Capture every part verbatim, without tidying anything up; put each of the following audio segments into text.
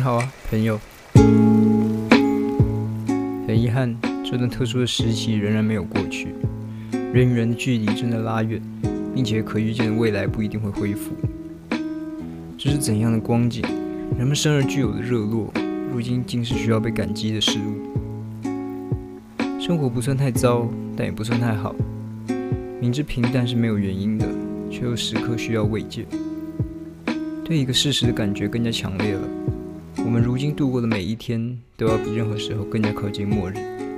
好啊，朋友。很遗憾，这段特殊的时期仍然没有过去，人与人的距离正在拉远，并且可预见的未来不一定会恢复。这是怎样的光景？人们生而具有的热络，如今竟是需要被感激的事物。生活不算太糟，但也不算太好。明知平淡是没有原因的，却又时刻需要慰藉。对一个事实的感觉更加强烈了。我们如今度过的每一天，都要比任何时候更加靠近末日。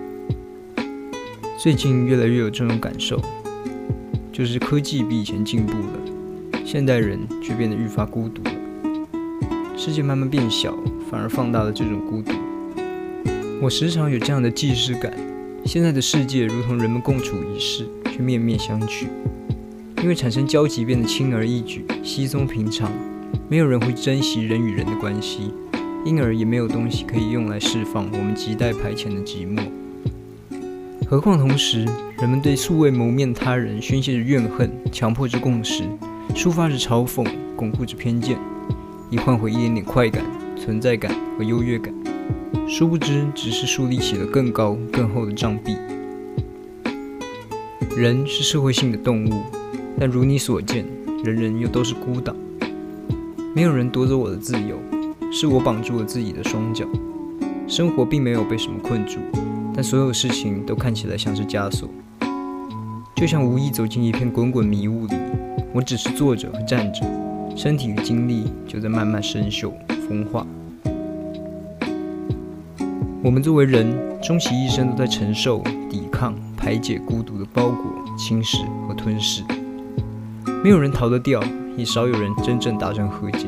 最近越来越有这种感受，就是科技比以前进步了，现代人却变得愈发孤独了。世界慢慢变小，反而放大了这种孤独。我时常有这样的既视感，现在的世界如同人们共处一室，却面面相觑。因为产生交集变得轻而易举、稀松平常，没有人会珍惜人与人的关系，因而也没有东西可以用来释放我们亟待排遣的寂寞。何况同时，人们对素未谋面的他人宣泄着怨恨，强迫着共识，抒发着嘲讽，巩固着偏见，以换回一点点快感、存在感和优越感。殊不知，只是树立起了更高、更厚的障壁。人是社会性的动物，但如你所见，人人又都是孤岛。没有人夺走我的自由，是我绑住了自己的双脚。生活并没有被什么困住，但所有事情都看起来像是枷锁。就像无意走进一片滚滚迷雾里，我只是坐着和站着，身体与精力就在慢慢生锈、风化。我们作为人，终其一生都在承受、抵抗、排解孤独的包裹、侵蚀和吞噬。没有人逃得掉，也少有人真正达成和解。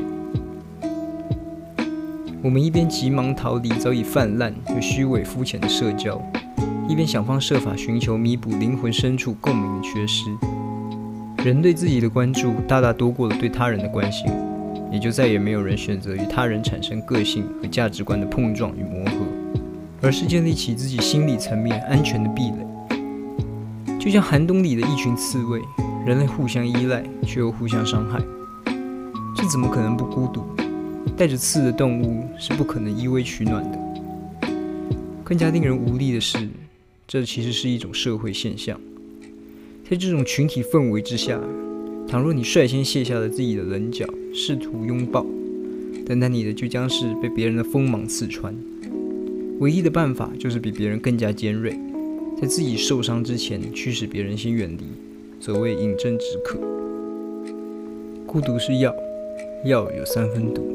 我们一边急忙逃离早已泛滥又虚伪肤浅的社交，一边想方设法寻求弥补灵魂深处共鸣的缺失。人对自己的关注大大多过了对他人的关心，也就再也没有人选择与他人产生个性和价值观的碰撞与磨合，而是建立起自己心理层面安全的壁垒。就像寒冬里的一群刺猬，人类互相依赖，却又互相伤害，这怎么可能不孤独？带着刺的动物是不可能依偎取暖的。更加令人无力的是，这其实是一种社会现象。在这种群体氛围之下，倘若你率先卸下了自己的棱角，试图拥抱，等待你的就将是被别人的锋芒刺穿。唯一的办法就是比别人更加尖锐，在自己受伤之前驱使别人先远离。所谓饮鸩止渴。孤独是药，药有三分毒。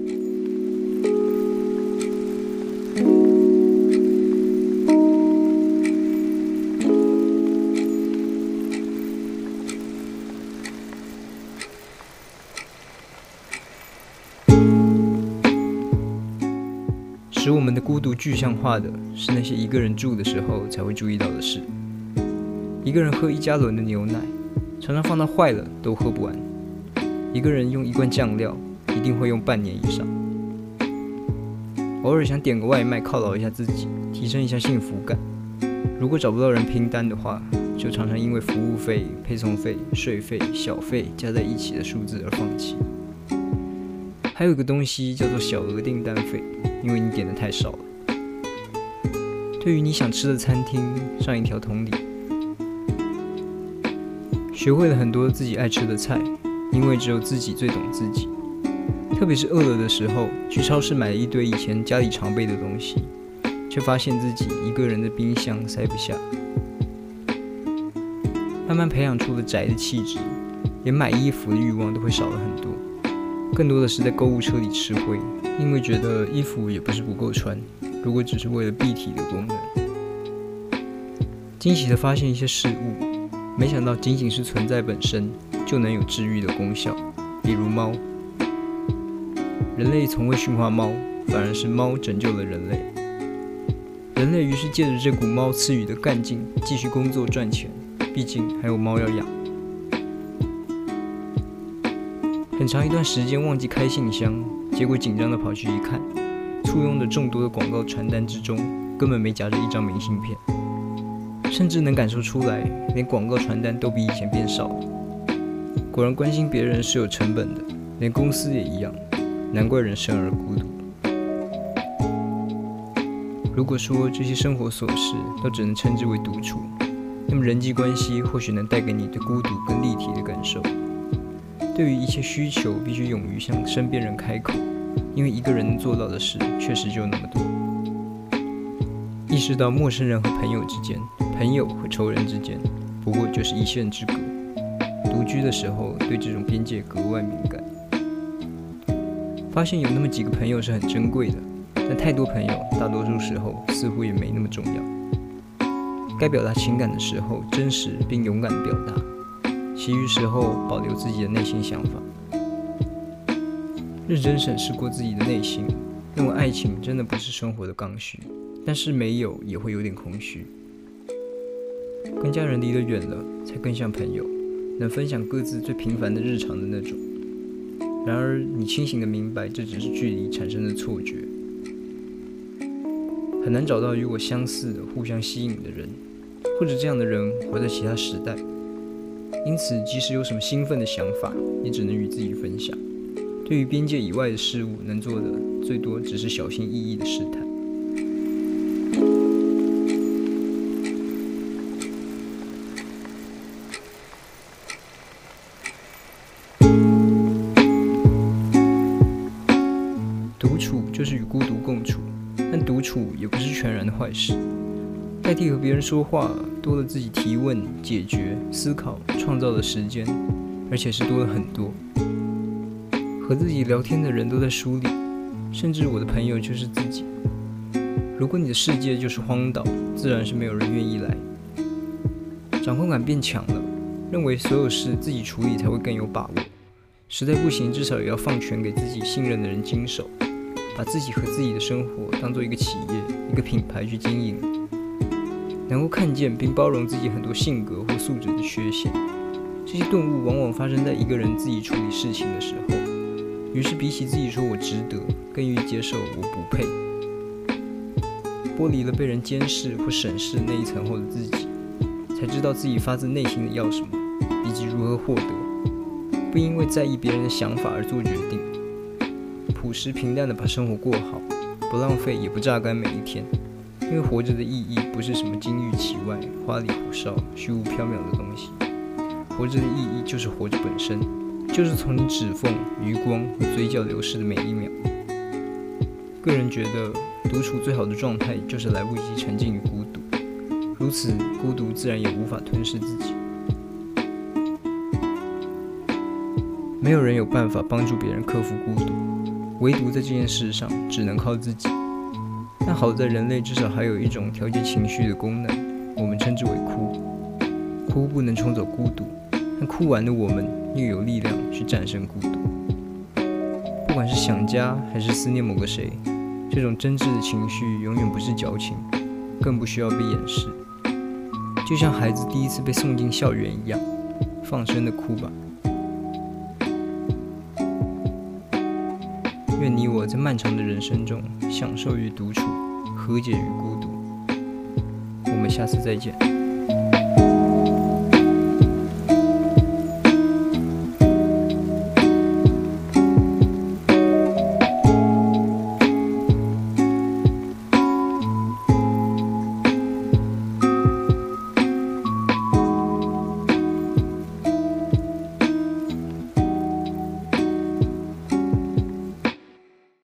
使我们的孤独具象化的是那些一个人住的时候才会注意到的事。一个人喝一加仑的牛奶，常常放到坏了都喝不完。一个人用一罐酱料，一定会用半年以上。偶尔想点个外卖犒劳一下自己，提升一下幸福感。如果找不到人拼单的话，就常常因为服务费、配送费、税费、小费加在一起的数字而放弃。还有一个东西叫做小额订单费，因为你点的太少了。对于你想吃的餐厅，上一条同理。学会了很多自己爱吃的菜，因为只有自己最懂自己。特别是饿了的时候，去超市买了一堆以前家里常备的东西，却发现自己一个人的冰箱塞不下。慢慢培养出了宅的气质，连买衣服的欲望都会少了很多。更多的是在购物车里吃灰，因为觉得衣服也不是不够穿，如果只是为了蔽体的功能。惊喜地发现一些事物。没想到仅仅是存在本身就能有治愈的功效，比如猫。人类从未驯化猫，反而是猫拯救了人类。人类于是借着这股猫赐予的干劲，继续工作赚钱，毕竟还有猫要养。很长一段时间忘记开信箱，结果紧张地跑去一看，簇拥着众多的广告传单之中，根本没夹着一张明信片。甚至能感受出来，连广告传单都比以前变少了。果然关心别人是有成本的，连公司也一样，难怪人生而孤独。 如果说这些生活琐事都只能称之为独处，那么人际关系或许能带给你的孤独更立体的感受。对于一切需求，必须勇于向身边人开口，因为一个人能做到的事确实就那么多。意识到陌生人和朋友之间，朋友和仇人之间，不过就是一线之隔。独居的时候，对这种边界格外敏感。发现有那么几个朋友是很珍贵的，但太多朋友，大多数时候似乎也没那么重要。该表达情感的时候，真实并勇敢地表达；其余时候，保留自己的内心想法。认真审视过自己的内心，认为爱情真的不是生活的刚需，但是没有也会有点空虚。跟家人离得远了，才更像朋友，能分享各自最平凡的日常的那种。然而，你清醒地明白，这只是距离产生的错觉。很难找到与我相似的、互相吸引的人，或者这样的人活在其他时代。因此，即使有什么兴奋的想法，也只能与自己分享。对于边界以外的事物，能做的最多只是小心翼翼的试探。独处就是与孤独共处，但独处也不是全然的坏事。代替和别人说话，多了自己提问、解决、思考、创造的时间，而且是多了很多。和自己聊天的人都在书里，甚至我的朋友就是自己。如果你的世界就是荒岛，自然是没有人愿意来。掌控感变强了，认为所有事自己处理才会更有把握。实在不行，至少也要放权给自己信任的人经手，把自己和自己的生活当作一个企业、一个品牌去经营。能够看见并包容自己很多性格或素质的缺陷，这些顿悟往往发生在一个人自己处理事情的时候。于是比起自己说我值得，更愿意接受我不配。剥离了被人监视或审视那一层后的自己，才知道自己发自内心的要什么，以及如何获得。不因为在意别人的想法而做决定，朴实平淡地把生活过好，不浪费也不榨干每一天。因为活着的意义不是什么金玉其外、花里胡哨、虚无缥缈的东西，活着的意义就是活着本身，就是从你指缝、余光和嘴角流逝的每一秒。个人觉得，独处最好的状态就是来不及沉浸于孤独，如此孤独自然也无法吞噬自己。没有人有办法帮助别人克服孤独，唯独在这件事上只能靠自己。但好在人类至少还有一种调节情绪的功能，我们称之为哭。哭不能冲走孤独，但哭完的我们又有力量去战胜孤独。不管是想家还是思念某个谁，这种真挚的情绪永远不是矫情，更不需要被掩饰。就像孩子第一次被送进校园一样，放声的哭吧。愿你我在漫长的人生中享受于独处，和解于孤独。我们下次再见。